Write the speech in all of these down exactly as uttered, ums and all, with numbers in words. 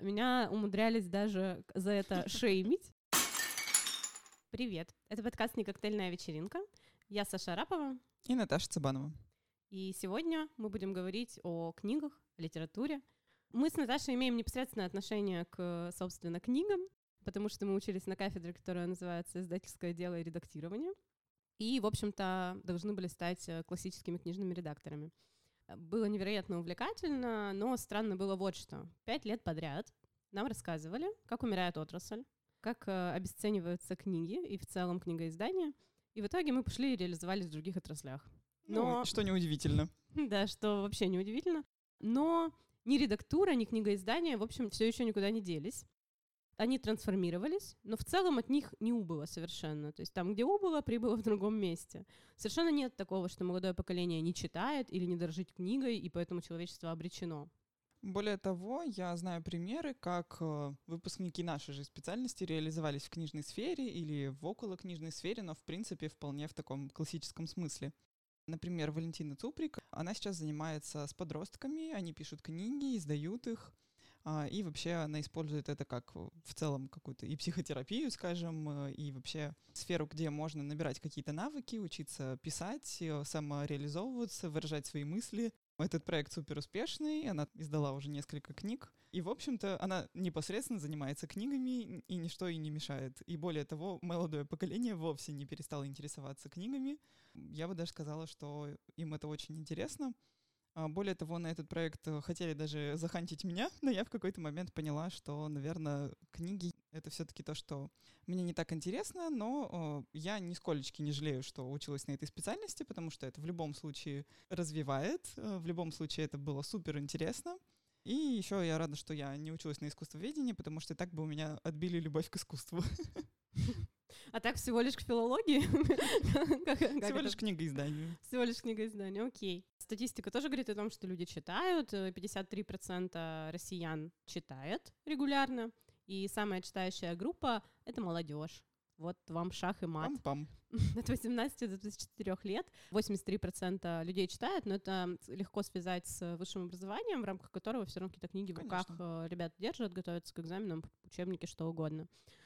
Меня умудрялись даже за это шеймить. Привет, это подкаст «Не коктейльная вечеринка». Я Саша Арапова. И Наташа Цыбанова. И сегодня мы будем говорить о книгах, о литературе. Мы с Наташей имеем непосредственное отношение к, собственно, книгам, потому что мы учились на кафедре, которая называется «Издательское дело и редактирование». И, в общем-то, должны были стать классическими книжными редакторами. Было невероятно увлекательно, но странно было вот что. Пять лет подряд нам рассказывали, как умирает отрасль, как обесцениваются книги и в целом книгоиздания. И в итоге мы пошли и реализовались в других отраслях. Но... Ну, что неудивительно. Да, что вообще неудивительно. Но ни редактура, ни книгоиздание, в общем, все еще никуда не делись. Они трансформировались, но в целом от них не убыло совершенно. То есть там, где убыло, прибыло в другом месте. Совершенно нет такого, что молодое поколение не читает или не дорожит книгой, и поэтому человечество обречено. Более того, я знаю примеры, как выпускники нашей же специальности реализовались в книжной сфере или в околокнижной сфере, но в принципе вполне в таком классическом смысле. Например, Валентина Цуприк, она сейчас занимается с подростками, они пишут книги, издают их, и вообще она использует это как в целом какую-то и психотерапию, скажем, и вообще сферу, где можно набирать какие-то навыки, учиться писать, самореализовываться, выражать свои мысли. Этот проект супер успешный, она издала уже несколько книг, и, в общем-то, она непосредственно занимается книгами, и ничто ей не мешает. И более того, молодое поколение вовсе не перестало интересоваться книгами. Я бы даже сказала, что им это очень интересно. Более того, на этот проект хотели даже захантить меня, но я в какой-то момент поняла, что, наверное, книги — это все-таки то, что мне не так интересно, но я нисколечки не жалею, что училась на этой специальности, потому что это в любом случае развивает, в любом случае это было супер интересно. И еще я рада, что я не училась на искусствоведении, потому что так бы у меня отбили любовь к искусству. А так всего лишь к филологии? Всего лишь книгоизданию. Всего лишь книгоизданию, окей. Статистика тоже говорит о том, что люди читают, пятьдесят три процента россиян читает регулярно, и самая читающая группа — это молодежь. Вот вам шах и мат. Пам-пам. От восемнадцати до двадцати четырёх лет восемьдесят три процента людей читают, но это легко связать с высшим образованием, в рамках которого все равно какие-то книги Конечно. В руках ребят держат, готовятся к экзаменам, учебники, что угодно.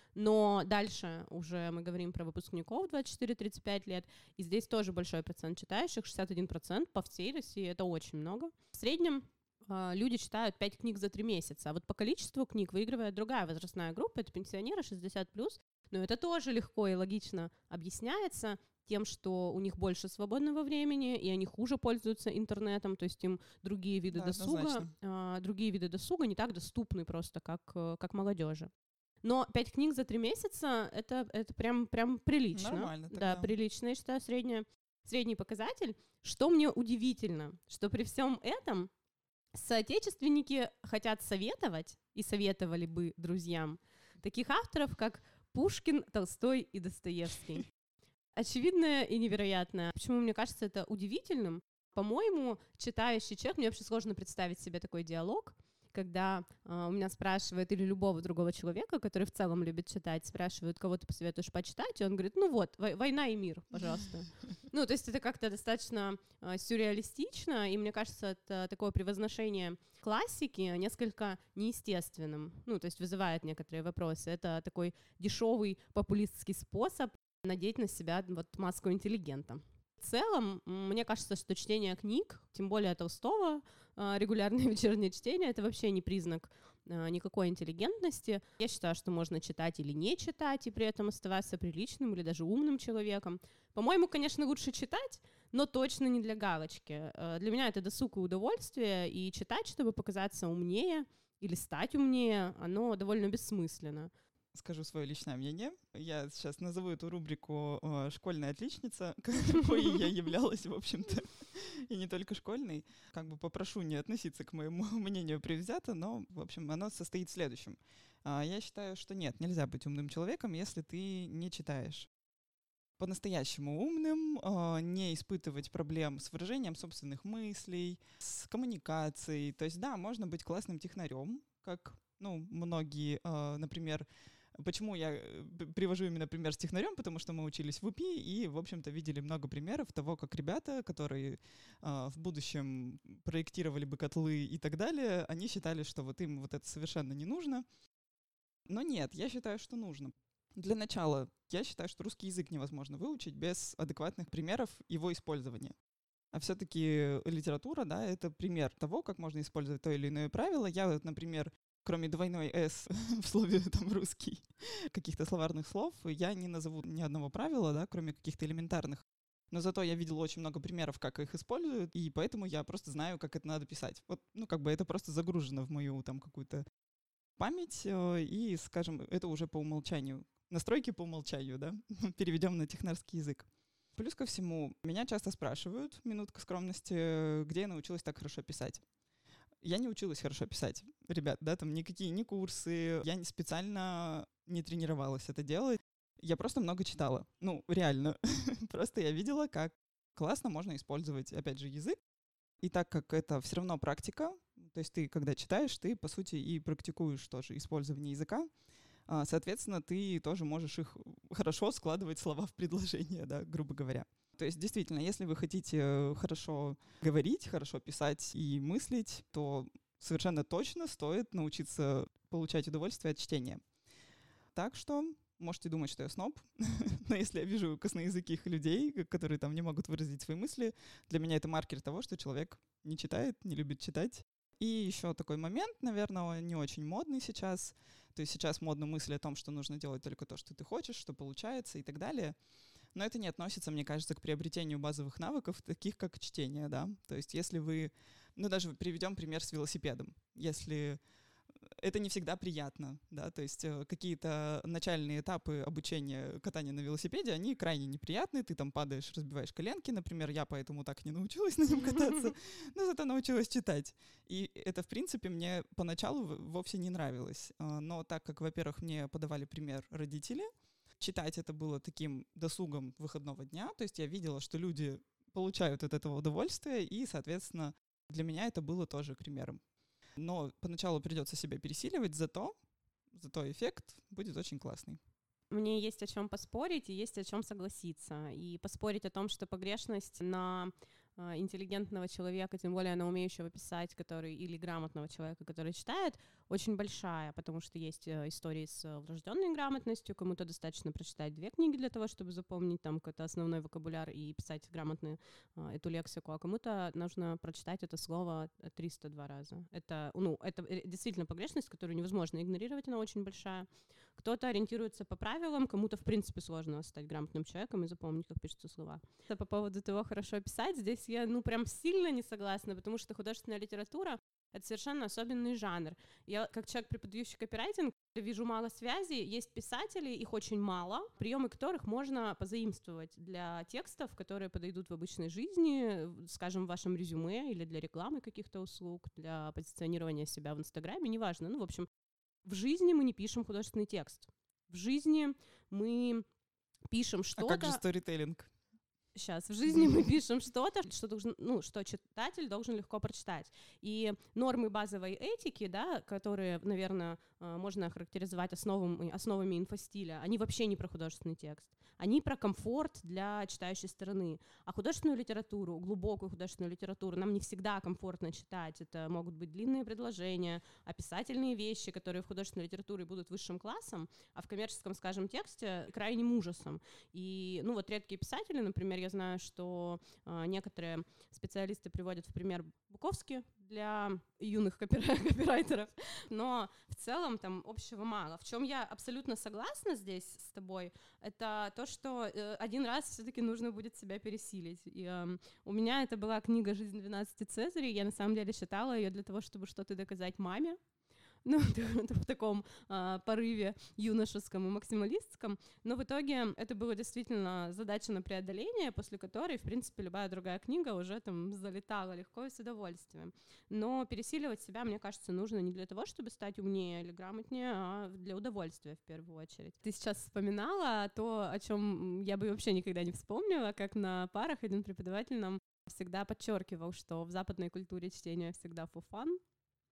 Но дальше уже мы говорим про выпускников двадцать четыре - тридцать пять лет, и здесь тоже большой процент читающих, шестьдесят один процент по всей России, это очень много. В среднем люди читают пять книг за три месяца, а вот по количеству книг выигрывает другая возрастная группа, это пенсионеры шестьдесят плюс. Но это тоже легко и логично объясняется тем, что у них больше свободного времени, и они хуже пользуются интернетом, то есть им другие виды да, досуга, а, другие виды досуга не так доступны просто, как, как молодежи. Но пять книг за три месяца это, — это прям, прям прилично. Нормально тогда. Да, прилично, я считаю, средняя, средний показатель. Что мне удивительно, что при всем этом соотечественники хотят советовать, и советовали бы друзьям, таких авторов, как Пушкин, Толстой и Достоевский. Очевидное и невероятное. Почему мне кажется это удивительным? По-моему, читающий человек, мне вообще сложно представить себе такой диалог, когда э, у меня спрашивают, или любого другого человека, который в целом любит читать, спрашивают, кого ты посоветуешь почитать, и он говорит, ну вот, «Война и мир», пожалуйста. Ну, то есть это как-то достаточно э, сюрреалистично, и мне кажется, это такое превозношение классики несколько неестественным, ну, то есть вызывает некоторые вопросы. Это такой дешевый популистский способ надеть на себя вот маску интеллигента. В целом, мне кажется, что чтение книг, тем более Толстого, регулярное вечернее чтение, это вообще не признак никакой интеллигентности. Я считаю, что можно читать или не читать, и при этом оставаться приличным или даже умным человеком. По-моему, конечно, лучше читать, но точно не для галочки. Для меня это досуг и удовольствие, и читать, чтобы показаться умнее или стать умнее, оно довольно бессмысленно. Скажу свое личное мнение. Я сейчас назову эту рубрику э, «Школьная отличница», какой я являлась, в общем-то, и не только школьной. Как бы попрошу не относиться к моему мнению предвзято, но, в общем, оно состоит в следующем. Э, я считаю, что нет, нельзя быть умным человеком, если ты не читаешь. По-настоящему умным, э, не испытывать проблем с выражением собственных мыслей, с коммуникацией. То есть, да, можно быть классным технарем, как, ну, многие, э, например, Почему я привожу именно пример с технарем? Потому что мы учились в УПИ и, в общем-то, видели много примеров того, как ребята, которые э, в будущем проектировали бы котлы и так далее, они считали, что вот им вот это совершенно не нужно. Но нет, я считаю, что нужно. Для начала, я считаю, что русский язык невозможно выучить без адекватных примеров его использования. А все-таки литература, да, это пример того, как можно использовать то или иное правило. Я вот, например, кроме двойной «с» в слове там «русский», каких-то словарных слов, я не назову ни одного правила, да, кроме каких-то элементарных. Но зато я видел очень много примеров, как их используют, и поэтому я просто знаю, как это надо писать. Вот, ну, как бы это просто загружено в мою там какую-то память, и, скажем, это уже по умолчанию. Настройки по умолчанию, да, переведем на технарский язык. Плюс ко всему, меня часто спрашивают, минутка скромности, где я научилась так хорошо писать. Я не училась хорошо писать, ребят, да, там никакие не курсы, я не специально не тренировалась это делать, я просто много читала, ну, реально, просто я видела, как классно можно использовать, опять же, язык, и так как это все равно практика, то есть ты, когда читаешь, ты, по сути, и практикуешь тоже использование языка, соответственно, ты тоже можешь их хорошо складывать слова в предложения, да, грубо говоря. То есть, действительно, если вы хотите хорошо говорить, хорошо писать и мыслить, то совершенно точно стоит научиться получать удовольствие от чтения. Так что можете думать, что я сноб, но если я вижу косноязыких людей, которые там не могут выразить свои мысли, для меня это маркер того, что человек не читает, не любит читать. И еще такой момент, наверное, не очень модный сейчас. То есть сейчас модна мысль о том, что нужно делать только то, что ты хочешь, что получается и так далее. Но это не относится, мне кажется, к приобретению базовых навыков, таких как чтение, да. То есть если вы, ну даже приведем пример с велосипедом. Если это не всегда приятно, да, то есть какие-то начальные этапы обучения катания на велосипеде, они крайне неприятные, ты там падаешь, разбиваешь коленки, например, я поэтому так и не научилась на нем кататься, но зато научилась читать. И это, в принципе, мне поначалу вовсе не нравилось, но так как, во-первых, мне подавали пример родители, читать это было таким досугом выходного дня, то есть я видела, что люди получают от этого удовольствие, и, соответственно, для меня это было тоже примером. Но поначалу придется себя пересиливать, зато, зато эффект будет очень классный. Мне есть о чем поспорить и есть о чем согласиться. И поспорить о том, что погрешность на э, интеллигентного человека, тем более на умеющего писать, который, или грамотного человека, который читает, очень большая, потому что есть э, истории с врожденной грамотностью, кому-то достаточно прочитать две книги для того, чтобы запомнить там какой-то основной вокабуляр и писать грамотно э, эту лексику, а кому-то нужно прочитать это слово триста два раза. Это, ну, это действительно погрешность, которую невозможно игнорировать, она очень большая. Кто-то ориентируется по правилам, кому-то, в принципе, сложно стать грамотным человеком и запомнить, как пишутся слова. По поводу того, хорошо писать, здесь я, ну, прям сильно не согласна, потому что художественная литература — это совершенно особенный жанр. Я, как человек, преподающий копирайтинг, вижу мало связей, есть писатели, их очень мало, приемы которых можно позаимствовать для текстов, которые подойдут в обычной жизни, скажем, в вашем резюме или для рекламы каких-то услуг, для позиционирования себя в Инстаграме, неважно. Ну, в общем, в жизни мы не пишем художественный текст. В жизни мы пишем что-то... А как же сторителлинг? Сейчас, в жизни мы пишем что-то, что, должен, ну, что читатель должен легко прочитать. И нормы базовой этики, да, которые, наверное, можно охарактеризовать основами, основами инфостиля, они вообще не про художественный текст. Они про комфорт для читающей стороны. А художественную литературу, глубокую художественную литературу нам не всегда комфортно читать. Это могут быть длинные предложения, описательные вещи, которые в художественной литературе будут высшим классом, а в коммерческом, скажем, тексте крайним ужасом. И, ну, вот редкие писатели, например, я знаю, что э, некоторые специалисты приводят в пример Буковски для юных копира- копирайтеров, но в целом там общего мало. В чем я абсолютно согласна здесь с тобой, это то, что э, один раз все-таки нужно будет себя пересилить. И, э, у меня это была книга «Жизнь двенадцати Цезарей», я на самом деле читала ее для того, чтобы что-то доказать маме, ну, в таком а, порыве юношеском и максималистском, но в итоге это была действительно задача на преодоление, после которой, в принципе, любая другая книга уже там залетала легко и с удовольствием. Но пересиливать себя, мне кажется, нужно не для того, чтобы стать умнее или грамотнее, а для удовольствия в первую очередь. Ты сейчас вспоминала то, о чем я бы вообще никогда не вспомнила, как на парах один преподаватель нам всегда подчеркивал, что в западной культуре чтения всегда for fun.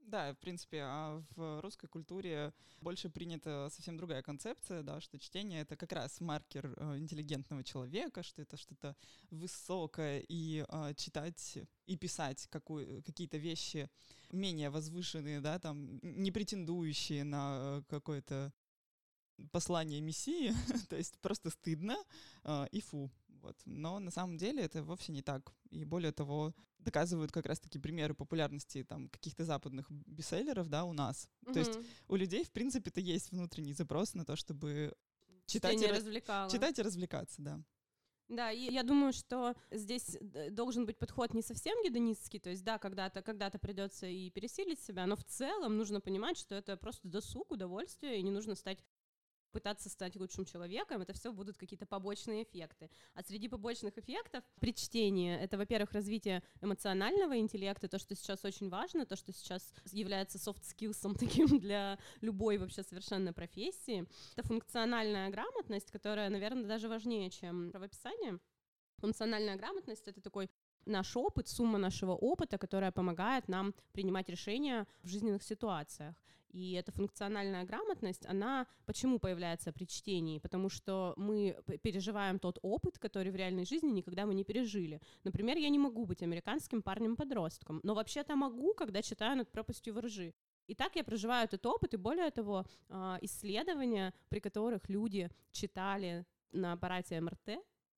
Да, в принципе, а в русской культуре больше принята совсем другая концепция, да, что чтение — это как раз маркер э, интеллигентного человека, что это что-то высокое, и э, читать и писать какую, какие-то вещи менее возвышенные, да, там, не претендующие на какое-то послание мессии, то есть просто стыдно э, и фу. Вот. Но на самом деле это вовсе не так. И более того, доказывают как раз-таки примеры популярности там, каких-то западных бестселлеров, да, у нас. Угу. То есть у людей, в принципе-то, есть внутренний запрос на то, чтобы читать и, развлекало. читать и развлекаться, да. Да, и я думаю, что здесь должен быть подход не совсем гедонистский, то есть да, когда-то, когда-то придется и пересилить себя, но в целом нужно понимать, что это просто досуг, удовольствие, и не нужно стать пытаться стать лучшим человеком, это все будут какие-то побочные эффекты. А среди побочных эффектов при чтении это, во-первых, развитие эмоционального интеллекта, то, что сейчас очень важно, то, что сейчас является софт-скиллсом таким для любой вообще совершенно профессии. Это функциональная грамотность, которая, наверное, даже важнее, чем правописание. Функциональная грамотность — это такой наш опыт, сумма нашего опыта, которая помогает нам принимать решения в жизненных ситуациях. И эта функциональная грамотность, она почему появляется при чтении? Потому что мы переживаем тот опыт, который в реальной жизни никогда мы не пережили. Например, я не могу быть американским парнем-подростком, но вообще-то могу, когда читаю «Над пропастью во ржи». И так я проживаю этот опыт, и более того, исследования, при которых люди читали на аппарате эм эр тэ,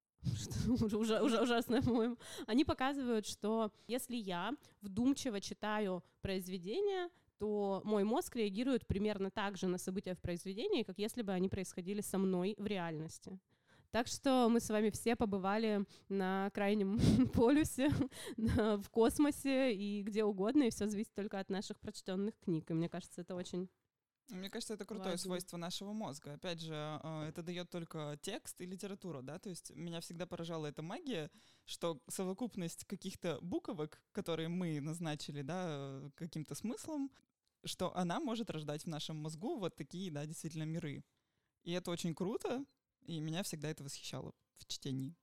что уже, уже ужасно, по-моему, они показывают, что если я вдумчиво читаю произведение, то мой мозг реагирует примерно так же на события в произведении, как если бы они происходили со мной в реальности. Так что мы с вами все побывали на крайнем полюсе, в космосе и где угодно, и все зависит только от наших прочтенных книг. И мне кажется, это очень... Мне кажется, это крутое важно. Свойство нашего мозга. Опять же, это дает только текст и литературу, да, то есть меня всегда поражала эта магия, что совокупность каких-то буквок, которые мы назначили, да, каким-то смыслом, что она может рождать в нашем мозгу вот такие, да, действительно миры. И это очень круто, и меня всегда это восхищало в чтении.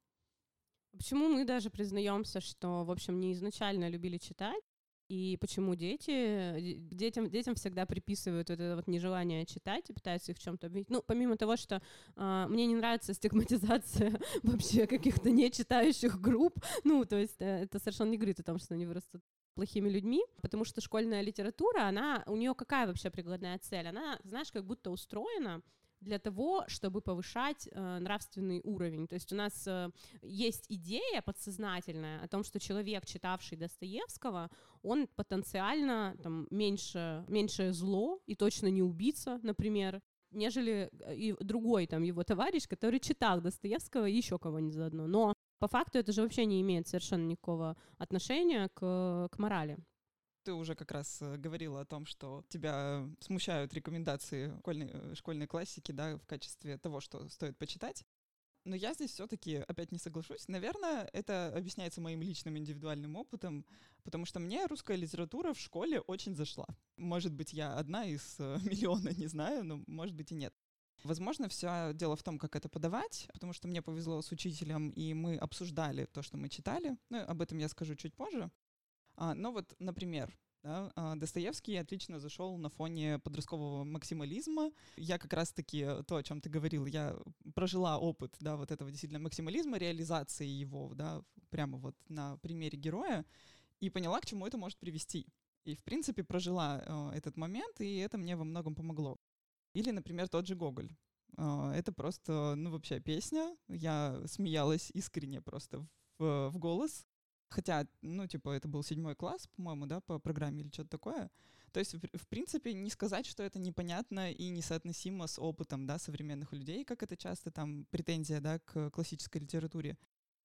Почему мы даже признаемся, что, в общем, не изначально любили читать, и почему дети, детям, детям всегда приписывают вот это вот нежелание читать и пытаются их в чем-то обвинить. Ну, помимо того, что э, мне не нравится стигматизация вообще каких-то нечитающих групп, ну, то есть э, это совершенно не говорит о том, что они вырастут плохими людьми, потому что школьная литература, она, у нее какая вообще прикладная цель? Она, знаешь, как будто устроена для того, чтобы повышать э, нравственный уровень. То есть у нас э, есть идея подсознательная о том, что человек, читавший Достоевского, он потенциально там, меньше, меньшее зло и точно не убийца, например, нежели и другой там, его товарищ, который читал Достоевского и еще кого-нибудь заодно. Но по факту это же вообще не имеет совершенно никакого отношения к, к морали. Ты уже как раз говорила о том, что тебя смущают рекомендации школьной, школьной классики, да, в качестве того, что стоит почитать. Но я здесь все-таки опять не соглашусь. Наверное, это объясняется моим личным индивидуальным опытом, потому что мне русская литература в школе очень зашла. Может быть, я одна из миллиона, не знаю, но может быть и нет. Возможно, все дело в том, как это подавать, потому что мне повезло с учителем, и мы обсуждали то, что мы читали. Ну, об этом я скажу чуть позже. А, но вот, например, да, Достоевский отлично зашел на фоне подросткового максимализма. Я как раз-таки, то, о чем ты говорил, я прожила опыт, да, вот этого действительно максимализма, реализации его, да, прямо вот на примере героя, и поняла, к чему это может привести. И, в принципе, прожила э, этот момент, и это мне во многом помогло. Или, например, тот же Гоголь. Э, это просто, ну, вообще песня. Я смеялась искренне просто в, в голос. Хотя, ну, типа, это был седьмой класс, по-моему, да, по программе или что-то такое. То есть, в, в принципе, не сказать, что это непонятно и несоотносимо с опытом, да, современных людей, как это часто там претензия, да, к классической литературе.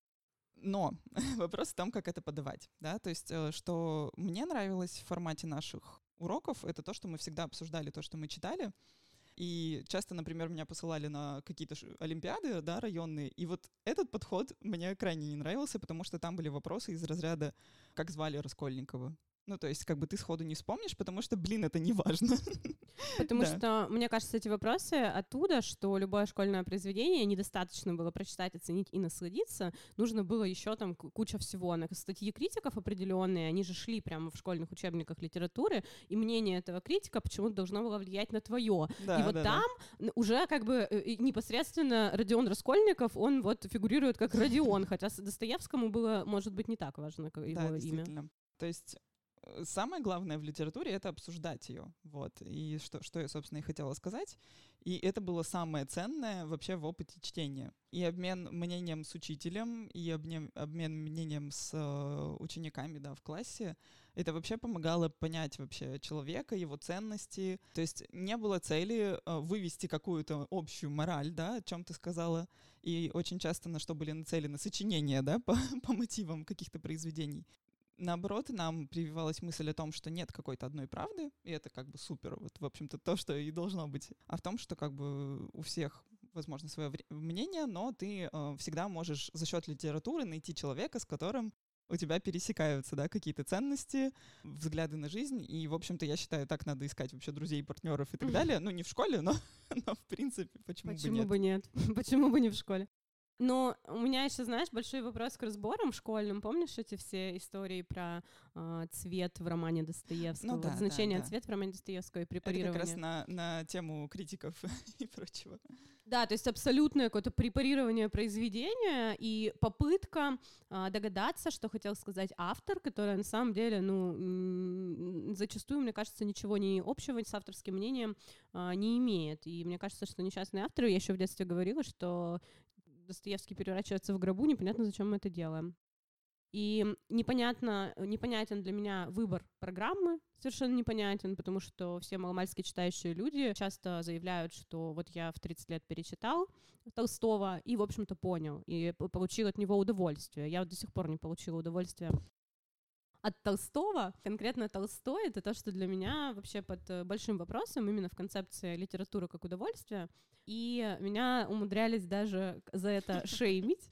Но вопрос в том, как это подавать, да, то есть, что мне нравилось в формате наших уроков, это то, что мы всегда обсуждали, то, что мы читали. И часто, например, меня посылали на какие-то олимпиады, да, районные, и вот этот подход мне крайне не нравился, потому что там были вопросы из разряда «Как звали Раскольникова?». Ну, то есть, как бы ты сходу не вспомнишь, потому что, блин, это не важно. Потому да. что, мне кажется, эти вопросы оттуда, что любое школьное произведение недостаточно было прочитать, оценить и насладиться, нужно было еще там куча всего. Статьи критиков определенные, они же шли прямо в школьных учебниках литературы, и мнение этого критика почему-то должно было влиять на твое. Да, и вот да, там да. уже как бы непосредственно Родион Раскольников, он вот фигурирует как Родион, хотя Достоевскому было, может быть, не так важно его да, имя. То есть самое главное в литературе — это обсуждать ее, вот, и что, что я, собственно, и хотела сказать, и это было самое ценное вообще в опыте чтения. И обмен мнением с учителем, и обмен, обмен мнением с э, учениками, да, в классе, это вообще помогало понять вообще человека, его ценности, то есть не было цели э, вывести какую-то общую мораль, да, о чем ты сказала, и очень часто на что были нацелены сочинения, да, по, по мотивам каких-то произведений. Наоборот, нам прививалась мысль о том, что нет какой-то одной правды, и это как бы супер, вот, в общем-то, то, что и должно быть. А в том, что как бы у всех, возможно, свое мнение, но ты э, всегда можешь за счет литературы найти человека, с которым у тебя пересекаются, да, какие-то ценности, взгляды на жизнь, и, в общем-то, я считаю, так надо искать вообще друзей, партнеров и так далее. Ну, не в школе, но, но в принципе, почему, почему бы нет? Почему бы нет? Почему бы не в школе? Но у меня еще, знаешь, большой вопрос к разборам школьным. Помнишь эти все истории про э, цвет в романе Достоевского? Ну, да, вот значение да, да. цвет в романе Достоевского и препарирование. Это как раз на, на тему критиков и прочего. Да, то есть абсолютное какое-то препарирование произведения и попытка э, догадаться, что хотел сказать автор, которая на самом деле, ну, м- зачастую, мне кажется, ничего не общего с авторским мнением э, не имеет. И мне кажется, что несчастные авторы, я еще в детстве говорила, что Достоевский переворачивается в гробу, непонятно, зачем мы это делаем. И непонятно, непонятен для меня выбор программы, совершенно непонятен, потому что все маломальски читающие люди часто заявляют, что вот я в тридцать лет перечитал Толстого и, в общем-то, понял, и получил от него удовольствие. Я вот до сих пор не получила удовольствия от Толстого. Конкретно Толстой — это то, что для меня вообще под большим вопросом именно в концепции литературы как удовольствия. И меня умудрялись даже за это шеймить.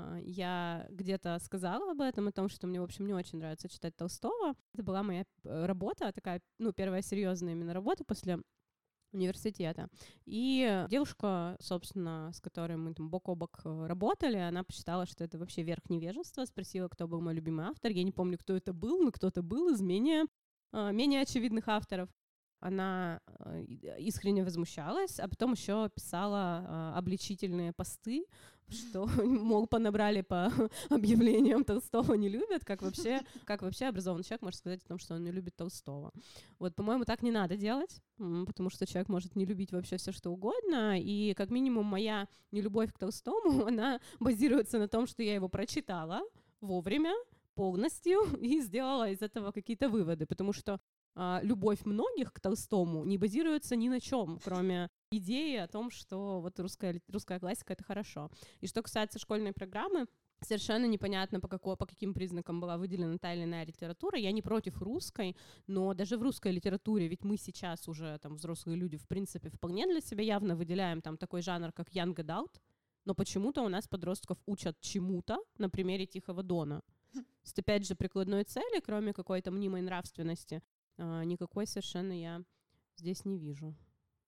Я где-то сказала об этом, о том, что мне, в общем, не очень нравится читать Толстого. Это была моя работа, такая, ну, первая серьезная именно работа после университета. И девушка, собственно, с которой мы там бок о бок работали, она посчитала, что это вообще верх невежества, спросила, кто был мой любимый автор. Я не помню, кто это был, но кто-то был из менее, менее очевидных авторов. Она искренне возмущалась, а потом еще писала обличительные посты, что, мол, понабрали по объявлениям Толстого не любят, как вообще, как вообще образованный человек может сказать о том, что он не любит Толстого. Вот, по-моему, так не надо делать, потому что человек может не любить вообще все, что угодно, и как минимум моя нелюбовь к Толстому, она базируется на том, что я его прочитала вовремя, полностью, и сделала из этого какие-то выводы, потому что а, любовь многих к Толстому не базируется ни на чем, кроме идеи о том, что вот русская, русская классика — это хорошо. И что касается школьной программы, совершенно непонятно, по, какой, по каким признакам была выделена та или иная литература. Я не против русской, но даже в русской литературе, ведь мы сейчас уже, там, взрослые люди, в принципе, вполне для себя явно выделяем там такой жанр, как young adult, но почему-то у нас подростков учат чему-то на примере Тихого Дона. С, опять же, прикладной цели, кроме какой-то мнимой нравственности, никакой совершенно я здесь не вижу.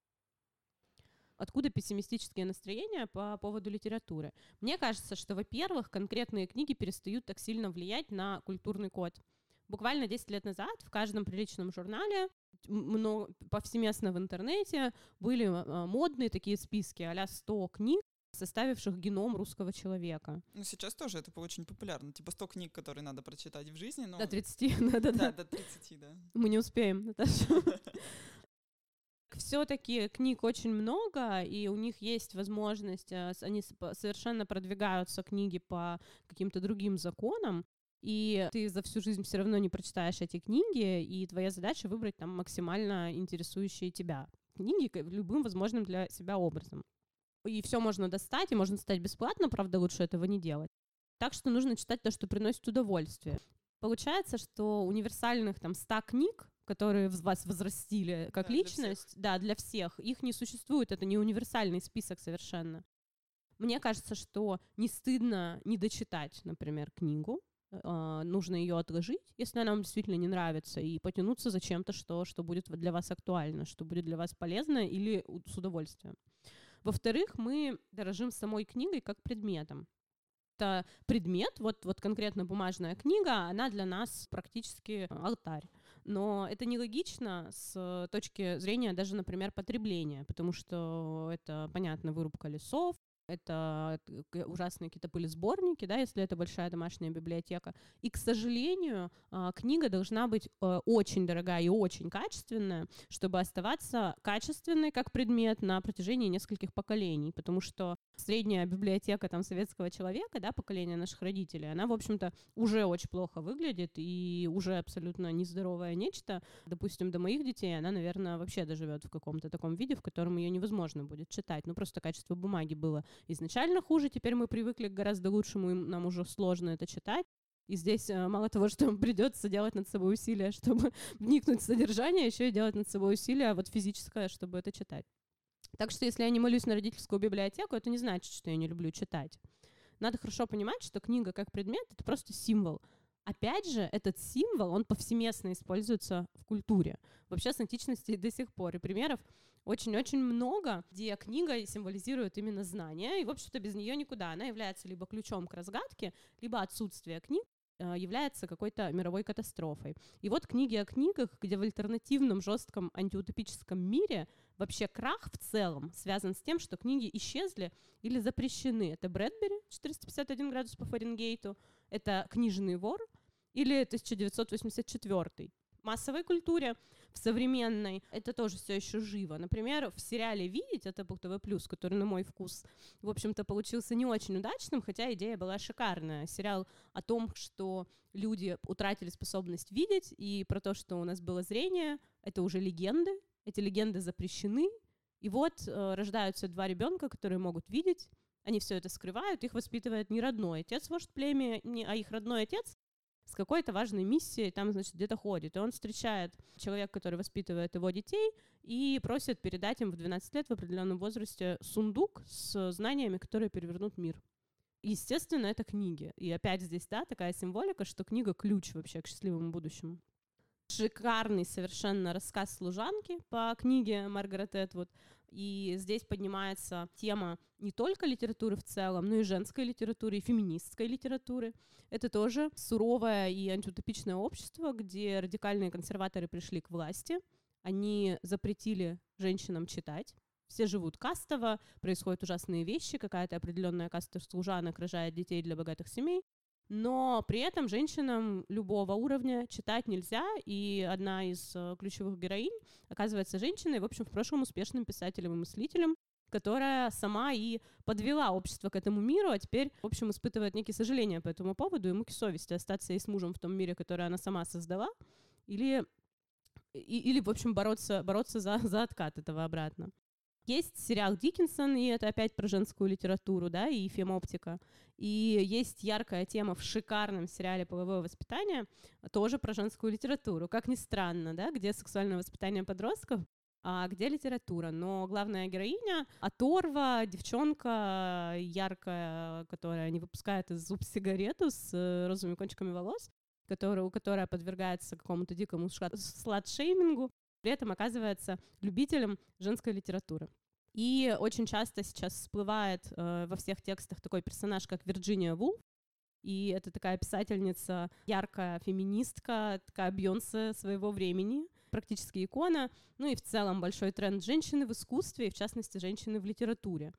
Откуда пессимистические настроения по поводу литературы? Мне кажется, что, во-первых, конкретные книги перестают так сильно влиять на культурный код. Буквально десять лет назад в каждом приличном журнале, много, повсеместно в интернете, были модные такие списки а-ля сто книг, составивших геном русского человека. Ну, сейчас тоже это очень популярно. Типа сто книг, которые надо прочитать в жизни. Но... До тридцати, да-да-да. Да, до тридцати, да. Мы не успеем, Наташа. Все-таки книг очень много, и у них есть возможность, они совершенно продвигаются, книги, по каким-то другим законам, и ты за всю жизнь все равно не прочитаешь эти книги, и твоя задача выбрать там максимально интересующие тебя книги любым возможным для себя образом. И все можно достать, и можно достать бесплатно, правда, лучше этого не делать. Так что нужно читать то, что приносит удовольствие. Получается, что универсальных там ста книг, которые вас возрастили как да, личность, для да, для всех, их не существует, это не универсальный список совершенно. Мне кажется, что не стыдно не дочитать, например, книгу, э, нужно ее отложить, если она вам действительно не нравится, и потянуться за чем-то, что, что будет для вас актуально, что будет для вас полезно или с удовольствием. Во-вторых, мы дорожим самой книгой как предметом. Это предмет, вот, вот конкретно бумажная книга, она для нас практически алтарь. Но это нелогично с точки зрения даже, например, потребления, потому что это, понятно, вырубка лесов, это ужасные какие-то пылесборники, да, если это большая домашняя библиотека. И, к сожалению, книга должна быть очень дорогая и очень качественная, чтобы оставаться качественной как предмет на протяжении нескольких поколений, потому что средняя библиотека там советского человека, да, поколения наших родителей, она, в общем-то, уже очень плохо выглядит и уже абсолютно нездоровое нечто. Допустим, до моих детей она, наверное, вообще доживет в каком-то таком виде, в котором ее невозможно будет читать. Ну, просто качество бумаги было изначально хуже, теперь мы привыкли к гораздо лучшему, и нам уже сложно это читать. И здесь мало того, что придется делать над собой усилия, чтобы вникнуть в содержание, еще и делать над собой усилия вот физическое, чтобы это читать. Так что если я не молюсь на родительскую библиотеку, это не значит, что я не люблю читать. Надо хорошо понимать, что книга как предмет — это просто символ. Опять же, этот символ, он повсеместно используется в культуре. Вообще с античности до сих пор. И примеров очень-очень много, где книга символизирует именно знания, и, в общем-то, без нее никуда. Она является либо ключом к разгадке, либо отсутствие книг является какой-то мировой катастрофой. И вот книги о книгах, где в альтернативном жестком антиутопическом мире вообще крах в целом связан с тем, что книги исчезли или запрещены. Это Брэдбери, четыреста пятьдесят один градус по Фаренгейту, это «Книжный вор» или тысяча девятьсот восемьдесят четвёртый. В массовой культуре, в современной, это тоже все еще живо. Например, в сериале «Видеть» от Apple ти ви плюс, который на мой вкус, в общем-то, получился не очень удачным, хотя идея была шикарная. Сериал о том, что люди утратили способность видеть, и про то, что у нас было зрение, это уже легенды, эти легенды запрещены, и вот э, рождаются два ребенка, которые могут видеть, они все это скрывают, их воспитывает не родной отец, вождь племени, а их родной отец с какой-то важной миссией там, значит, где-то ходит. И он встречает человека, который воспитывает его детей, и просит передать им в двенадцать лет в определенном возрасте сундук с знаниями, которые перевернут мир. Естественно, это книги. И опять здесь, да, такая символика, что книга — ключ вообще к счастливому будущему. Шикарный совершенно рассказ «Служанки» по книге Маргарет Этвуд. И здесь поднимается тема не только литературы в целом, но и женской литературы, и феминистской литературы. Это тоже суровое и антиутопичное общество, где радикальные консерваторы пришли к власти. Они запретили женщинам читать. Все живут кастово, происходят ужасные вещи, какая-то определенная каста служанок рожает детей для богатых семей. Но при этом женщинам любого уровня читать нельзя, и одна из э, ключевых героинь оказывается женщиной, в общем, в прошлом успешным писателем и мыслителем, которая сама и подвела общество к этому миру, а теперь, в общем, испытывает некие сожаления по этому поводу и муки совести остаться ей с мужем в том мире, который она сама создала, или, и, или в общем, бороться, бороться за, за откат этого обратно. Есть сериал «Диккенсон», и это опять про женскую литературу, да, и фемоптика. И есть яркая тема в шикарном сериале «Половое воспитание», тоже про женскую литературу. Как ни странно, да, где сексуальное воспитание подростков, а где литература. Но главная героиня — оторва, девчонка яркая, которая не выпускает из зуб сигарету с розовыми кончиками волос, которая, которая подвергается какому-то дикому слат-шеймингу, при этом оказывается любителем женской литературы. И очень часто сейчас всплывает э, во всех текстах такой персонаж, как Вирджиния Вулф, и это такая писательница, яркая феминистка, такая Бейонсе своего времени, практически икона, ну и в целом большой тренд женщины в искусстве, и в частности женщины в литературе.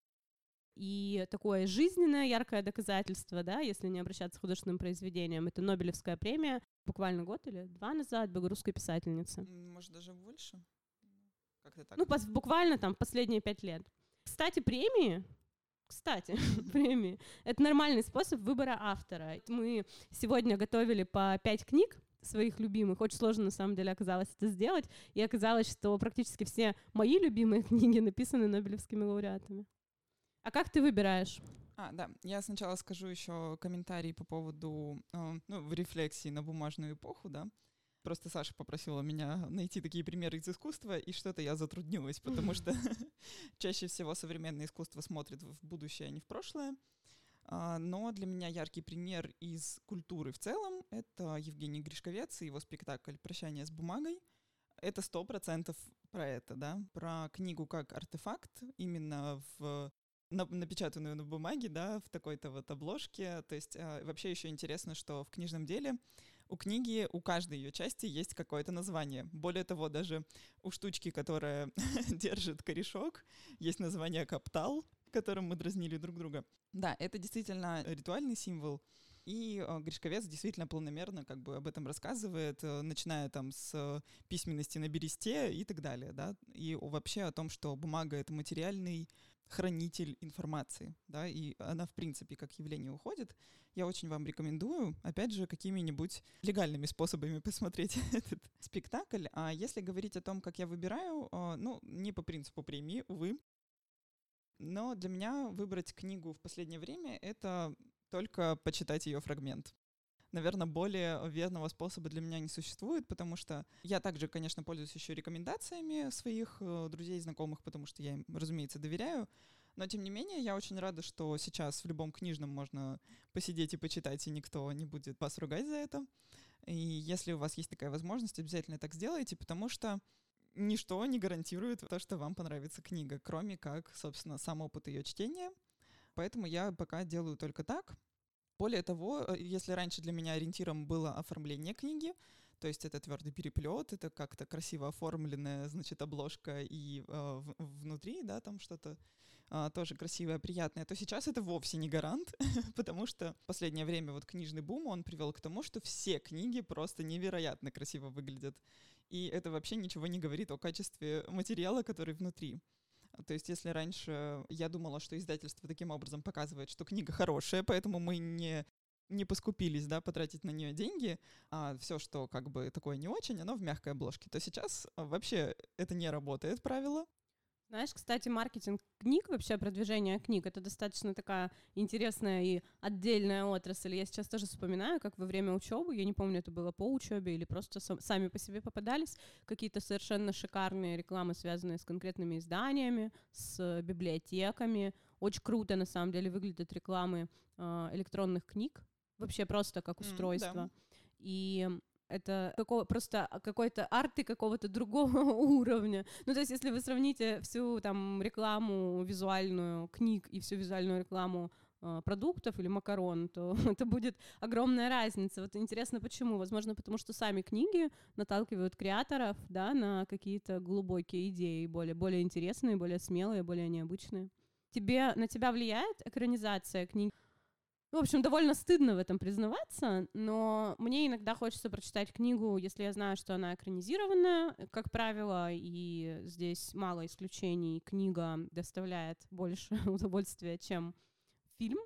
И такое жизненное, яркое доказательство, да, если не обращаться к художественным произведениям, это Нобелевская премия, буквально год или два назад, белорусской писательницы. Может, даже больше? Как-то так. Ну, пос- буквально там последние пять лет. Кстати, премии, кстати, премии, это нормальный способ выбора автора. Мы сегодня готовили по пять книг своих любимых. Очень сложно, на самом деле, оказалось это сделать. И оказалось, что практически все мои любимые книги написаны нобелевскими лауреатами. А как ты выбираешь? А, да, я сначала скажу еще комментарий по поводу, э, ну, в рефлексии на бумажную эпоху, да. Просто Саша попросила меня найти такие примеры из искусства, и что-то я затруднилась, потому что чаще всего современное искусство смотрит в будущее, а не в прошлое. А, Но для меня яркий пример из культуры в целом — это Евгений Гришковец и его спектакль «Прощание с бумагой». Это сто процентов про это, да, про книгу как артефакт, именно в на- напечатанную на бумаге, да, в такой-то вот обложке. То есть а, вообще еще интересно, что в книжном деле у книги, у каждой ее части есть какое-то название. Более того, даже у штучки, которая держит корешок, есть название «Каптал», которым мы дразнили друг друга. Да, это действительно ритуальный символ. И э, Гришковец действительно планомерно как бы об этом рассказывает, э, начиная там с э, письменности на бересте и так далее, да, и о- вообще о том, что бумага — это материальный хранитель информации, да, и она, в принципе, как явление уходит. Я очень вам рекомендую, опять же, какими-нибудь легальными способами посмотреть этот спектакль. А если говорить о том, как я выбираю, э, ну, не по принципу премии, увы, но для меня выбрать книгу в последнее время — это только почитать ее фрагмент. Наверное, более верного способа для меня не существует, потому что я также, конечно, пользуюсь еще рекомендациями своих э, друзей и знакомых, потому что я им, разумеется, доверяю. Но, тем не менее, я очень рада, что сейчас в любом книжном можно посидеть и почитать, и никто не будет вас ругать за это. И если у вас есть такая возможность, обязательно так сделайте, потому что ничто не гарантирует то, что вам понравится книга, кроме как, собственно, сам опыт ее чтения. Поэтому я пока делаю только так. Более того, э, если раньше для меня ориентиром было оформление книги, то есть это твердый переплет, это как-то красиво оформленная, значит, обложка и э, в- внутри, да, там что-то а, тоже красивое, приятное, то сейчас это вовсе не гарант, потому что в последнее время вот книжный бум, он привел к тому, что все книги просто невероятно красиво выглядят. И это вообще ничего не говорит о качестве материала, который внутри. То есть если раньше я думала, что издательство таким образом показывает, что книга хорошая, поэтому мы не, не поскупились, да, потратить на нее деньги, а все, что как бы такое не очень, оно в мягкой обложке, то сейчас а, вообще это не работает правило. Знаешь, кстати, маркетинг книг, вообще продвижение книг, это достаточно такая интересная и отдельная отрасль. Я сейчас тоже вспоминаю, как во время учебы, я не помню, это было по учебе или просто сам- сами по себе попадались какие-то совершенно шикарные рекламы, связанные с конкретными изданиями, с библиотеками. Очень круто, на самом деле, выглядят рекламы э, электронных книг, вообще просто как М, да. устройство. И это какого, просто какой-то арты какого-то другого уровня. Ну, то есть, если вы сравните всю там рекламу визуальную книг и всю визуальную рекламу э, продуктов или макарон, то это будет огромная разница. Вот интересно, почему? Возможно, потому что сами книги наталкивают креаторов, да, на какие-то глубокие идеи, более, более интересные, более смелые, более необычные. Тебе, на тебя влияет экранизация книг? Ну, в общем, довольно стыдно в этом признаваться, но мне иногда хочется прочитать книгу, если я знаю, что она экранизированная, как правило, и здесь мало исключений. Книга доставляет больше удовольствия, чем фильм,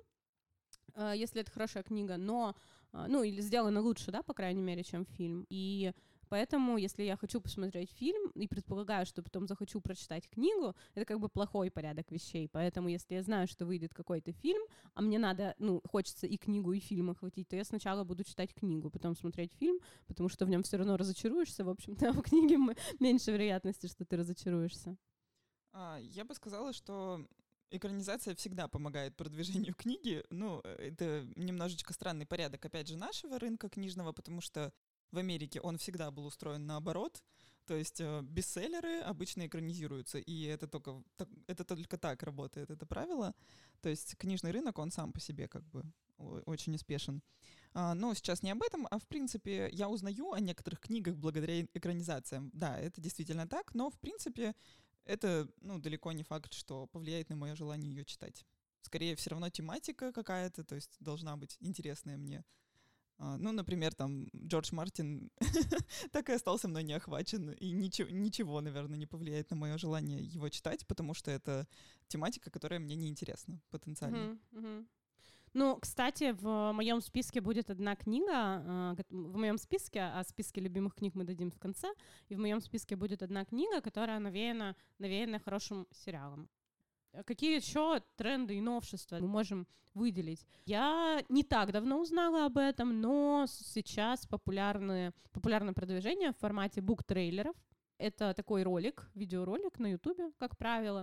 э, если это хорошая книга, но, э, ну, или сделана лучше, да, по крайней мере, чем фильм. И поэтому, если я хочу посмотреть фильм и предполагаю, что потом захочу прочитать книгу, это как бы плохой порядок вещей. Поэтому, если я знаю, что выйдет какой-то фильм, а мне надо, ну, хочется и книгу, и фильм охватить, то я сначала буду читать книгу, потом смотреть фильм, потому что в нем все равно разочаруешься. В общем-то, в книге м- меньше вероятности, что ты разочаруешься. А, Я бы сказала, что экранизация всегда помогает продвижению книги. Ну, э, это немножечко странный порядок, опять же, нашего рынка книжного, потому что в Америке он всегда был устроен наоборот. То есть э, бестселлеры обычно экранизируются, и это только, так- это только так работает, это правило. То есть книжный рынок, он сам по себе как бы о- очень успешен. А, но сейчас не об этом, а в принципе я узнаю о некоторых книгах благодаря экранизациям. Да, это действительно так, но в принципе это, ну, далеко не факт, что повлияет на мое желание ее читать. Скорее, все равно тематика какая-то, то есть должна быть интересная мне. А, ну, например, там Джордж Мартин так и остался мной не охвачен, и ничего, ничего, наверное, не повлияет на мое желание его читать, потому что это тематика, которая мне не интересна потенциально. Мгм, мгм. Ну, кстати, в моем списке будет одна книга, а, гот- в моем списке, а списке любимых книг мы дадим в конце, и в моем списке будет одна книга, которая навеяна, навеяна хорошим сериалом. А какие еще тренды и новшества мы можем выделить? Я не так давно узнала об этом, но сейчас популярны, популярное продвижение в формате бук-трейлеров. Это такой ролик, видеоролик на Ютубе, как правило,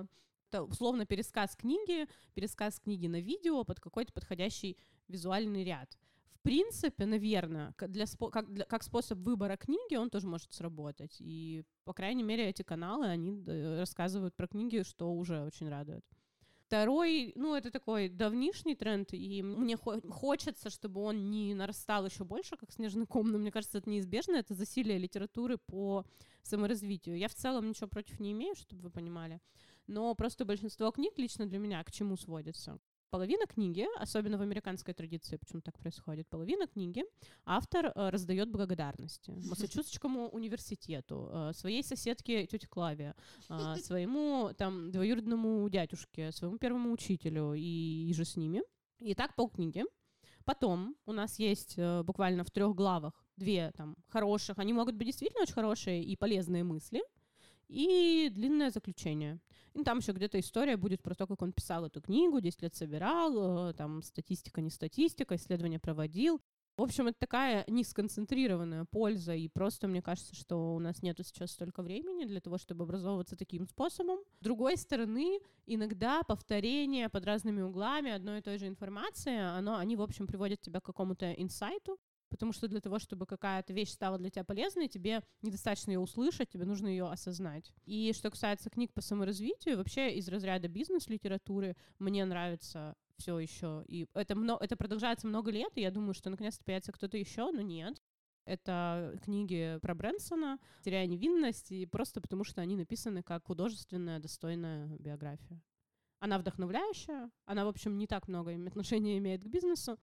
Это условно пересказ книги, пересказ книги на видео под какой-то подходящий визуальный ряд. В принципе, наверное, для, спо- как, для, как способ выбора книги он тоже может сработать. И, по крайней мере, эти каналы, они э, рассказывают про книги, что уже очень радует. Второй, ну, это такой давнишний тренд, и мне хо- хочется, чтобы он не нарастал еще больше, как снежный ком, но мне кажется, это неизбежно, это засилие литературы по саморазвитию. Я в целом ничего против не имею, чтобы вы понимали, но просто большинство книг лично для меня к чему сводится? Половина книги, особенно в американской традиции, почему так происходит, половина книги автор э, раздает благодарности Массачусетскому университету, э, своей соседке тете Клаве, э, своему там двоюродному дядюшке, своему первому учителю и, и же с ними. И так полкниги. Потом у нас есть э, буквально в трех главах две там хороших, они могут быть действительно очень хорошие и полезные мысли, и длинное заключение. И там еще где-то история будет про то, как он писал эту книгу, десять лет собирал, там статистика, не статистика, исследования проводил. В общем, это такая несконцентрированная польза, и просто мне кажется, что у нас нету сейчас столько времени для того, чтобы образовываться таким способом. С другой стороны, иногда повторение под разными углами одной и той же информации, оно, они, в общем, приводят тебя к какому-то инсайту, потому что для того, чтобы какая-то вещь стала для тебя полезной, тебе недостаточно ее услышать, тебе нужно ее осознать. И что касается книг по саморазвитию, вообще из разряда бизнес-литературы мне нравится все еще. И это, мно- это продолжается много лет, и я думаю, что наконец-то появится кто-то еще, но нет. Это книги про Брэнсона, теряя невинность, и просто потому что они написаны как художественная, достойная биография. Она вдохновляющая, она, в общем, не так много отношения имеет к бизнесу.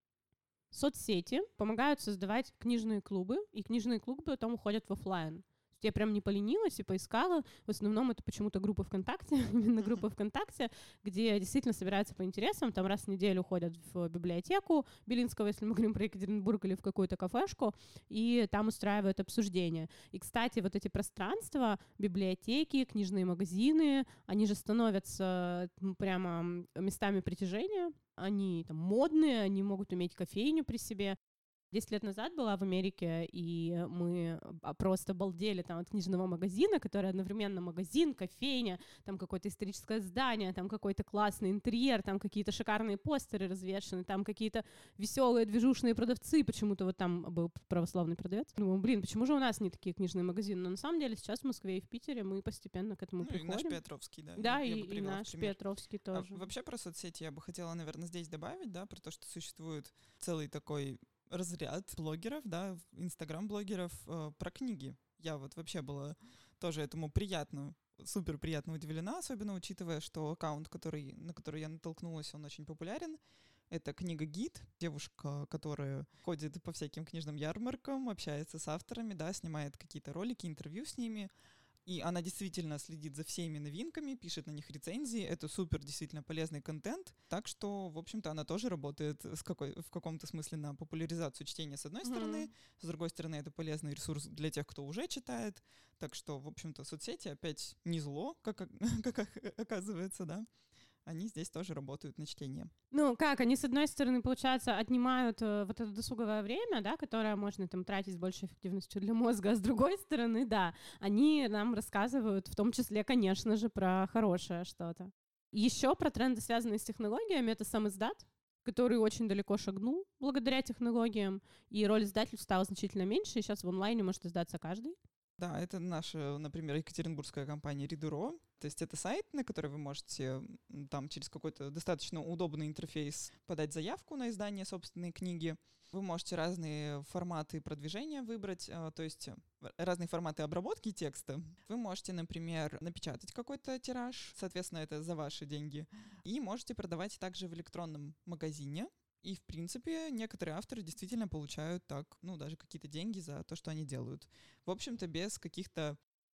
Соцсети помогают создавать книжные клубы, и книжные клубы потом уходят в офлайн. Я прям не поленилась и поискала. В основном это почему-то группа ВКонтакте, именно группа ВКонтакте, где действительно собираются по интересам. Там раз в неделю ходят в библиотеку Белинского, если мы говорим про Екатеринбург, или в какую-то кафешку, и там устраивают обсуждения. И, кстати, вот эти пространства, библиотеки, книжные магазины, они же становятся прямо местами притяжения. Они там модные, они могут иметь кофейню при себе. Десять лет назад была в Америке, и мы просто балдели там от книжного магазина, который одновременно магазин, кофейня, там какое-то историческое здание, там какой-то классный интерьер, там какие-то шикарные постеры развешаны, там какие-то веселые движушные продавцы. Почему-то вот там был православный продавец. Думаю, блин, почему же у нас не такие книжные магазины? Но на самом деле сейчас в Москве и в Питере мы постепенно к этому ну, приходим. И наш Петровский, да. Да, я, и, я и наш Петровский тоже. А вообще про соцсети я бы хотела, наверное, здесь добавить, да, про то, что существует целый такой разряд блогеров, да, инстаграм-блогеров э, про книги. Я вот вообще была тоже этому приятно, супер приятно удивлена, особенно учитывая, что аккаунт, который, на который я натолкнулась, он очень популярен. Это книга-гид, девушка, которая ходит по всяким книжным ярмаркам, общается с авторами, да, снимает какие-то ролики, интервью с ними. И она действительно следит за всеми новинками, пишет на них рецензии. Это супер действительно полезный контент. Так что, в общем-то, она тоже работает с какой, в каком-то смысле на популяризацию чтения с одной mm-hmm. стороны. С другой стороны, это полезный ресурс для тех, кто уже читает. Так что, в общем-то, соцсети опять не зло, как, как оказывается, да. Они здесь тоже работают на чтение. Ну, как, они, с одной стороны, получается, отнимают э, вот это досуговое время, да, которое можно там тратить с большей эффективностью для мозга, а с другой стороны, да, они нам рассказывают, в том числе, конечно же, про хорошее что-то. Еще про тренды, связанные с технологиями, это сам издат, который очень далеко шагнул благодаря технологиям, и роль издательств стала значительно меньше, и сейчас в онлайне может издаться каждый. Да, это наша, например, екатеринбургская компания Read.ru. То есть это сайт, на который вы можете там через какой-то достаточно удобный интерфейс подать заявку на издание собственной книги. Вы можете разные форматы продвижения выбрать, то есть разные форматы обработки текста. Вы можете, например, напечатать какой-то тираж, соответственно, это за ваши деньги, и можете продавать также в электронном магазине. И, в принципе, некоторые авторы действительно получают так, ну, даже какие-то деньги за то, что они делают. В общем-то, без каких-то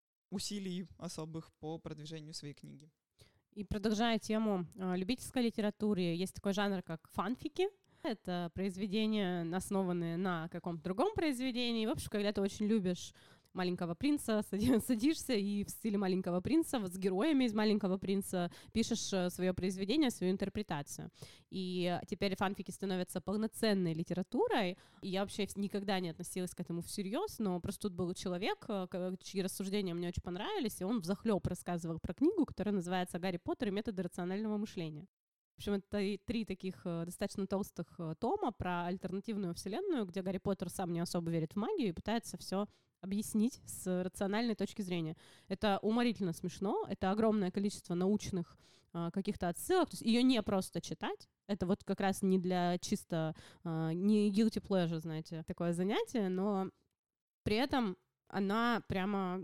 усилий особых по продвижению своей книги. И продолжая тему э, любительской литературы, есть такой жанр, как фанфики. Это произведения, основанные на каком-то другом произведении. В общем, когда ты очень любишь «Маленького принца», садишься и в стиле «Маленького принца» с героями из «Маленького принца» пишешь свое произведение, свою интерпретацию. И теперь фанфики становятся полноценной литературой, и я вообще никогда не относилась к этому всерьез, но просто тут был человек, чьи рассуждения мне очень понравились, и он взахлёб рассказывал про книгу, которая называется «Гарри Поттер и методы рационального мышления». В общем, это три таких достаточно толстых тома про альтернативную вселенную, где Гарри Поттер сам не особо верит в магию и пытается все объяснить с рациональной точки зрения. Это уморительно смешно, это огромное количество научных э, каких-то отсылок, то есть ее не просто читать, это вот как раз не для чисто, э, не guilty pleasure, знаете, такое занятие, но при этом она прямо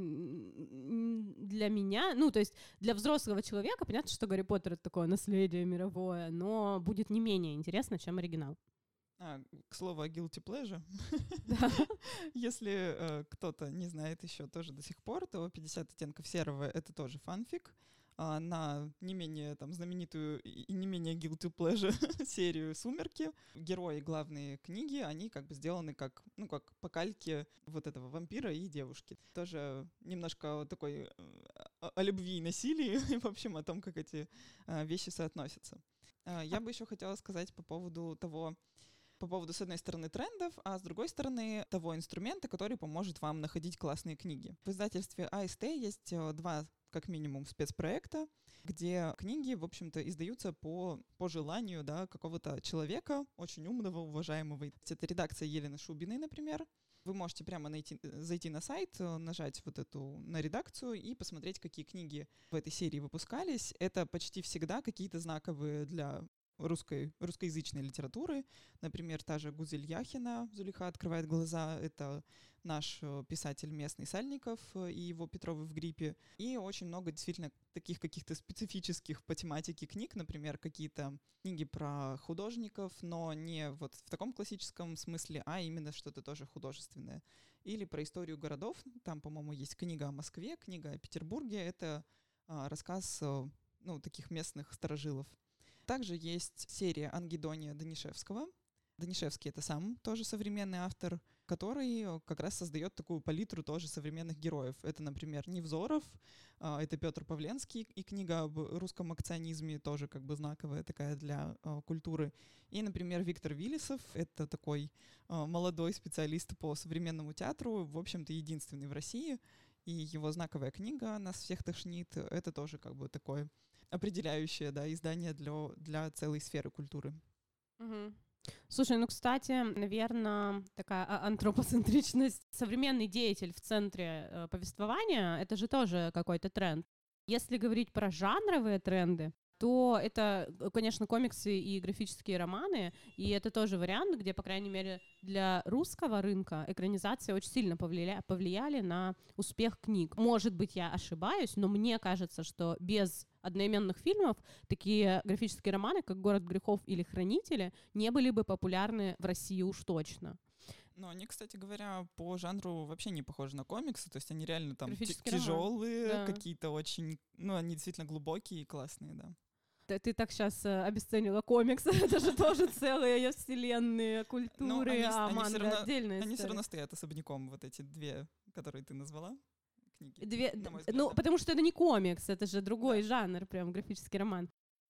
для меня, ну, то есть для взрослого человека, понятно, что Гарри Поттер — это такое наследие мировое, но будет не менее интересно, чем оригинал. А, к слову о guilty pleasure. Да. Если э, кто-то не знает еще тоже до сих пор, то «пятьдесят оттенков серого» — это тоже фанфик а, на не менее там знаменитую и не менее guilty pleasure серию «Сумерки». Герои главные книги, они как бы сделаны как, ну, как по кальке вот этого вампира и девушки. Тоже немножко такой о, о любви и насилии, и, в общем, о том, как эти а, вещи соотносятся. А, я бы еще хотела сказать по поводу того, по поводу, с одной стороны, трендов, а с другой стороны, того инструмента, который поможет вам находить классные книги. В издательстве а эс тэ есть два, как минимум, спецпроекта, где книги, в общем-то, издаются по, по желанию, да, какого-то человека, очень умного, уважаемого. Это редакция Елены Шубиной, например. Вы можете прямо найти, зайти на сайт, нажать вот эту на редакцию и посмотреть, какие книги в этой серии выпускались. Это почти всегда какие-то знаковые для русской, русскоязычной литературы. Например, та же Гузель Яхина «Зулейха открывает глаза». Это наш писатель местный Сальников и его «Петровы в гриппе». И очень много действительно таких каких-то специфических по тематике книг, например, какие-то книги про художников, но не вот в таком классическом смысле, а именно что-то тоже художественное. Или про историю городов. Там, по-моему, есть книга о Москве, книга о Петербурге. Это а, рассказ ну, таких местных старожилов. Также есть серия «Ангедония» Данишевского. Данишевский — это сам тоже современный автор, который как раз создает такую палитру тоже современных героев. Это, например, Невзоров, это Петр Павленский, и книга об русском акционизме тоже как бы знаковая такая для культуры. И, например, Виктор Виллисов — это такой молодой специалист по современному театру, в общем-то, единственный в России. И его знаковая книга «Нас всех тошнит» — это тоже как бы такое определяющее, да, издание для, для целой сферы культуры. Угу. Слушай, ну, кстати, наверное, такая антропоцентричность, современный деятель в центре э, повествования, это же тоже какой-то тренд. Если говорить про жанровые тренды, то это, конечно, комиксы и графические романы, и это тоже вариант, где, по крайней мере, для русского рынка экранизации очень сильно повлия- повлияли на успех книг. Может быть, я ошибаюсь, но мне кажется, что без одноименных фильмов такие графические романы, как «Город грехов» или «Хранители», не были бы популярны в России уж точно. Но они, кстати говоря, по жанру вообще не похожи на комиксы, то есть они реально там т- тяжелые, да. Какие-то очень, ну, они действительно глубокие и классные, да. Ты, ты так сейчас э, обесценила комиксы, это же тоже целые вселенные, культуры, а манга отдельная история. Они все равно стоят особняком, вот эти две, которые ты назвала. Книги, Две, ну, потому что это не комикс, это же другой да. жанр, прям графический роман.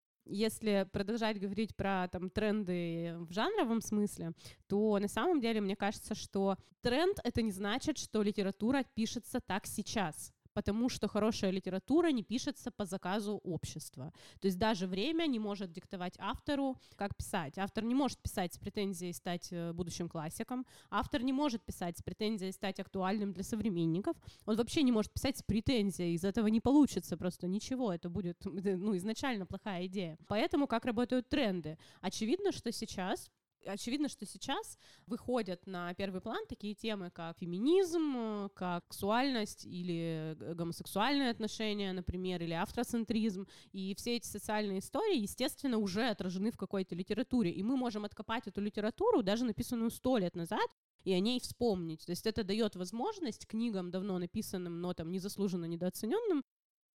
Если продолжать говорить про там, тренды в жанровом смысле, то на самом деле мне кажется, что тренд — это не значит, что литература пишется так сейчас, потому что хорошая литература не пишется по заказу общества. То есть даже время не может диктовать автору, как писать. Автор не может писать с претензией стать будущим классиком, автор не может писать с претензией стать актуальным для современников, он вообще не может писать с претензией, из этого не получится просто ничего, это будет ну, изначально плохая идея. Поэтому как работают тренды? Очевидно, что сейчас Очевидно, что сейчас выходят на первый план такие темы, как феминизм, как сексуальность или гомосексуальные отношения, например, или автроцентризм. И все эти социальные истории, естественно, уже отражены в какой-то литературе. И мы можем откопать эту литературу, даже написанную сто лет назад, и о ней вспомнить. То есть это дает возможность книгам, давно написанным, но там незаслуженно недооцененным,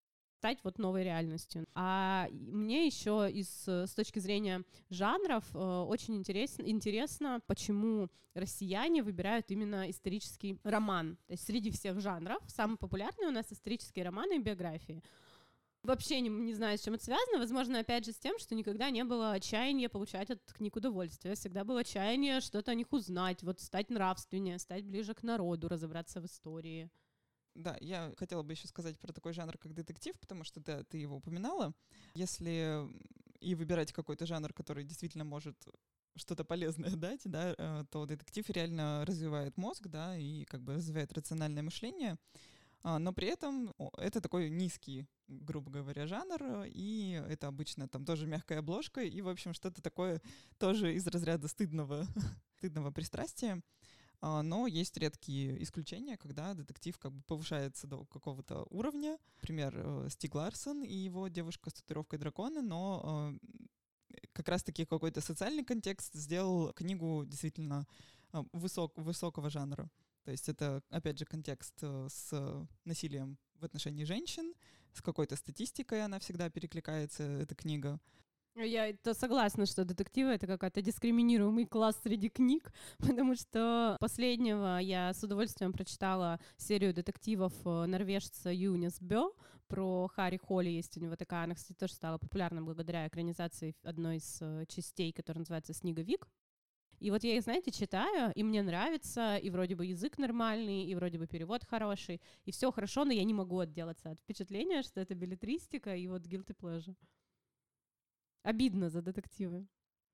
стать вот новой реальностью. А мне еще из, с точки зрения жанров э, очень интересно, интересно, почему россияне выбирают именно исторический роман. То есть среди всех жанров самый популярный у нас исторические романы и биографии. Вообще не, не знаю, с чем это связано. Возможно, опять же, с тем, что никогда не было отчаяния получать от книг удовольствие. Всегда было отчаяние что-то о них узнать, вот стать нравственнее, стать ближе к народу, разобраться в истории. Да, я хотела бы еще сказать про такой жанр, как детектив, потому что да, ты его упоминала. Если и выбирать какой-то жанр, который действительно может что-то полезное дать, да, то детектив реально развивает мозг, да, и как бы развивает рациональное мышление. Но при этом это такой низкий, грубо говоря, жанр, и это обычно там тоже мягкая обложка, и, в общем, что-то такое тоже из разряда стыдного, стыдного пристрастия. Но есть редкие исключения, когда детектив как бы повышается до какого-то уровня. Например, Стиг Ларсон и его «Девушка с татуировкой дракона», но как раз-таки какой-то социальный контекст сделал книгу действительно высок, высокого жанра. То есть это, опять же, контекст с насилием в отношении женщин, с какой-то статистикой она всегда перекликается, эта книга. Я это согласна, что детективы — это какой-то дискриминируемый класс среди книг, потому что последнего я с удовольствием прочитала серию детективов норвежца Юнис Бё про Харри Холли. Есть у него такая, она, кстати, тоже стала популярна благодаря экранизации одной из частей, которая называется «Снеговик». И вот я их, знаете, читаю, и мне нравится, и вроде бы язык нормальный, и вроде бы перевод хороший, и все хорошо, но я не могу отделаться от впечатления, что это беллетристика и вот guilty pleasure. Обидно за детективы.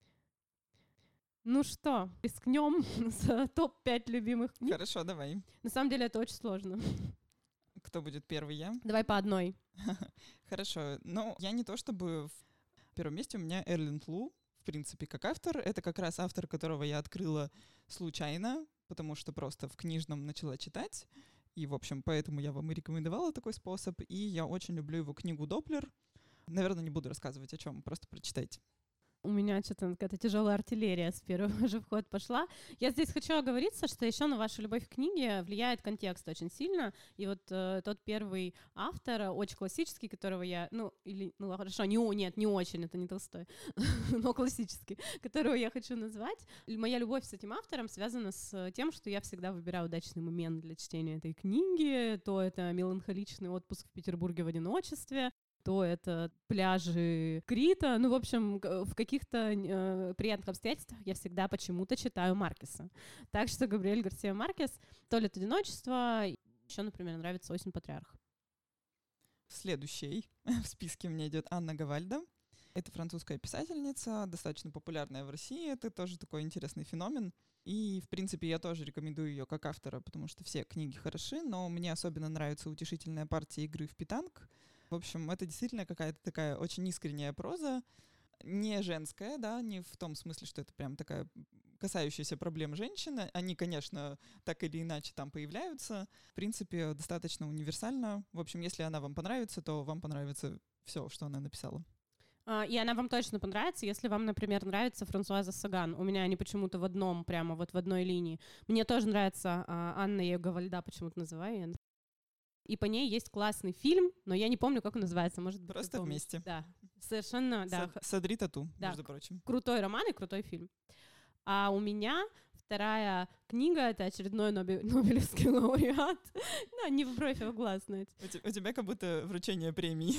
Ну что, рискнем за топ пять любимых книг? Хорошо, давай. На самом деле это очень сложно. Кто будет первый, я? Давай по одной. Хорошо. Ну, я не то чтобы... В первом месте у меня Эрлинд Лу. В принципе, как автор. Это как раз автор, которого я открыла случайно, потому что просто в книжном начала читать. И, в общем, поэтому я вам и рекомендовала такой способ. И я очень люблю его книгу «Доплер». Наверное, не буду рассказывать о чем, просто прочитайте. У меня что-то какая-то тяжелая артиллерия с первого же входа пошла. Я здесь хочу оговориться, что еще на вашу любовь к книге влияет контекст очень сильно. И вот э, тот первый автор, очень классический, которого я, ну, или, ну, хорошо, не, нет, не очень, это не Толстой, но классический, которого я хочу назвать. Моя любовь с этим автором связана с тем, что я всегда выбираю удачный момент для чтения этой книги. То это меланхоличный отпуск в Петербурге в одиночестве, то это пляжи Крита. Ну, в общем, в каких-то э, приятных обстоятельствах я всегда почему-то читаю Маркеса. Так что Габриэль Гарсиа Маркес, «Туалет одиночества», еще, например, нравится «Осень патриарха». Следующей в списке мне идет Анна Гавальда. Это французская писательница, достаточно популярная в России. Это тоже такой интересный феномен. И, в принципе, я тоже рекомендую ее как автора, потому что все книги хороши, но мне особенно нравится утешительная партия игры в питанг. В общем, это действительно какая-то такая очень искренняя проза, не женская, да, не в том смысле, что это прям такая касающаяся проблем женщины. Они, конечно, так или иначе там появляются. В принципе, достаточно универсально. В общем, если она вам понравится, то вам понравится все, что она написала. И она вам точно понравится, если вам, например, нравится Франсуаза Саган. У меня они почему-то в одном, прямо вот в одной линии. Мне тоже нравится Анна, я ее Гавальда почему-то называю. И по ней есть классный фильм, но я не помню, как он называется. Может быть, просто вместе. Да, совершенно, да. Садри Тату, да. между прочим. Крутой роман и крутой фильм. А у меня вторая книга — это очередной Нобе- Нобелевский лауреат. Да, не в бровь, а в глаз, знаете. У тебя как будто вручение премии.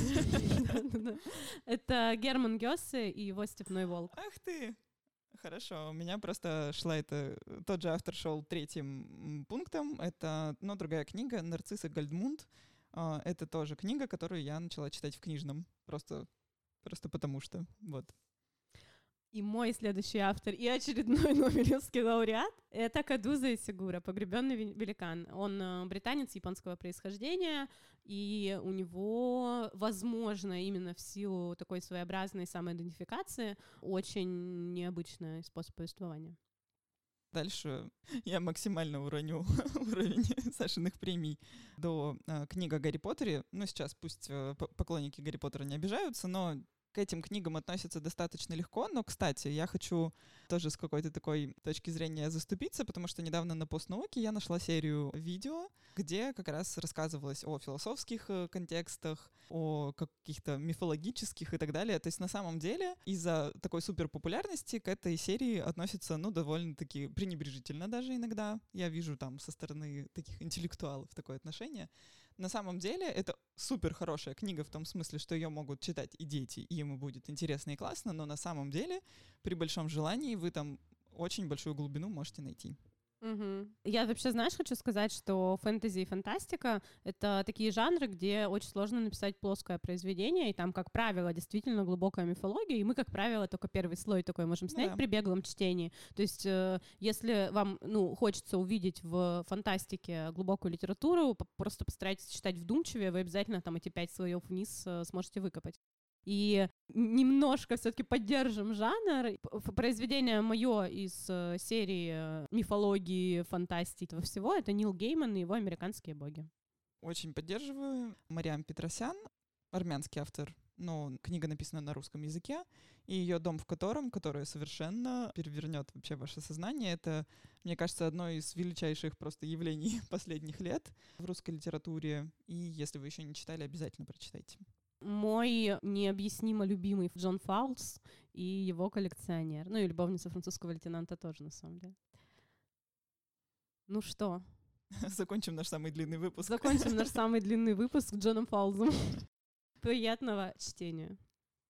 Это Герман Гёссе и его «Степной волк». Ах ты! Хорошо, у меня просто шла это... Тот же автор шел третьим пунктом. Это, но другая книга «Нарцисс и Гальдмунд». Это тоже книга, которую я начала читать в книжном. Просто, просто потому что. Вот. И мой следующий автор и очередной Нобелевский лауреат — это Кадузо Исигура, «Погребенный великан». Он британец японского происхождения, и у него, возможно, именно в силу такой своеобразной самоидентификации, очень необычный способ повествования. Дальше я максимально уроню уровень Сашиных премий до э, книг о Гарри Поттере. Ну, сейчас пусть э, поклонники Гарри Поттера не обижаются, но к этим книгам относятся достаточно легко, но, кстати, я хочу тоже с какой-то такой точки зрения заступиться, потому что недавно на постнауке я нашла серию видео, где как раз рассказывалось о философских контекстах, о каких-то мифологических и так далее. То есть на самом деле из-за такой суперпопулярности к этой серии относятся, ну, довольно-таки пренебрежительно даже иногда. Я вижу там со стороны таких интеллектуалов такое отношение. На самом деле это супер хорошая книга в том смысле, что ее могут читать и дети, и ему будет интересно и классно, но на самом деле при большом желании вы там очень большую глубину можете найти. Угу. Я вообще, знаешь, хочу сказать, что фэнтези и фантастика — это такие жанры, где очень сложно написать плоское произведение, и там, как правило, действительно глубокая мифология, и мы, как правило, только первый слой такой можем снять да. при беглом чтении. То есть э, если вам ну, хочется увидеть в фантастике глубокую литературу, просто постарайтесь читать вдумчивее, вы обязательно там эти пять слоев вниз э, сможете выкопать. И немножко все-таки поддержим жанр. Произведение мое из э, серии э, мифологии, фантастики, этого всего — это Нил Гейман и его «Американские боги». Очень поддерживаю. Мариам Петросян, армянский автор, но книга написана на русском языке, и ее «Дом в котором», которое совершенно перевернет вообще ваше сознание, это, мне кажется, одно из величайших просто явлений последних лет в русской литературе. И если вы еще не читали, обязательно прочитайте. Мой необъяснимо любимый Джон Фаулс и его коллекционер. Ну и любовница французского лейтенанта тоже, на самом деле. Ну что? Закончим наш самый длинный выпуск. Закончим наш самый длинный выпуск с Джоном Фаулсом. Приятного чтения.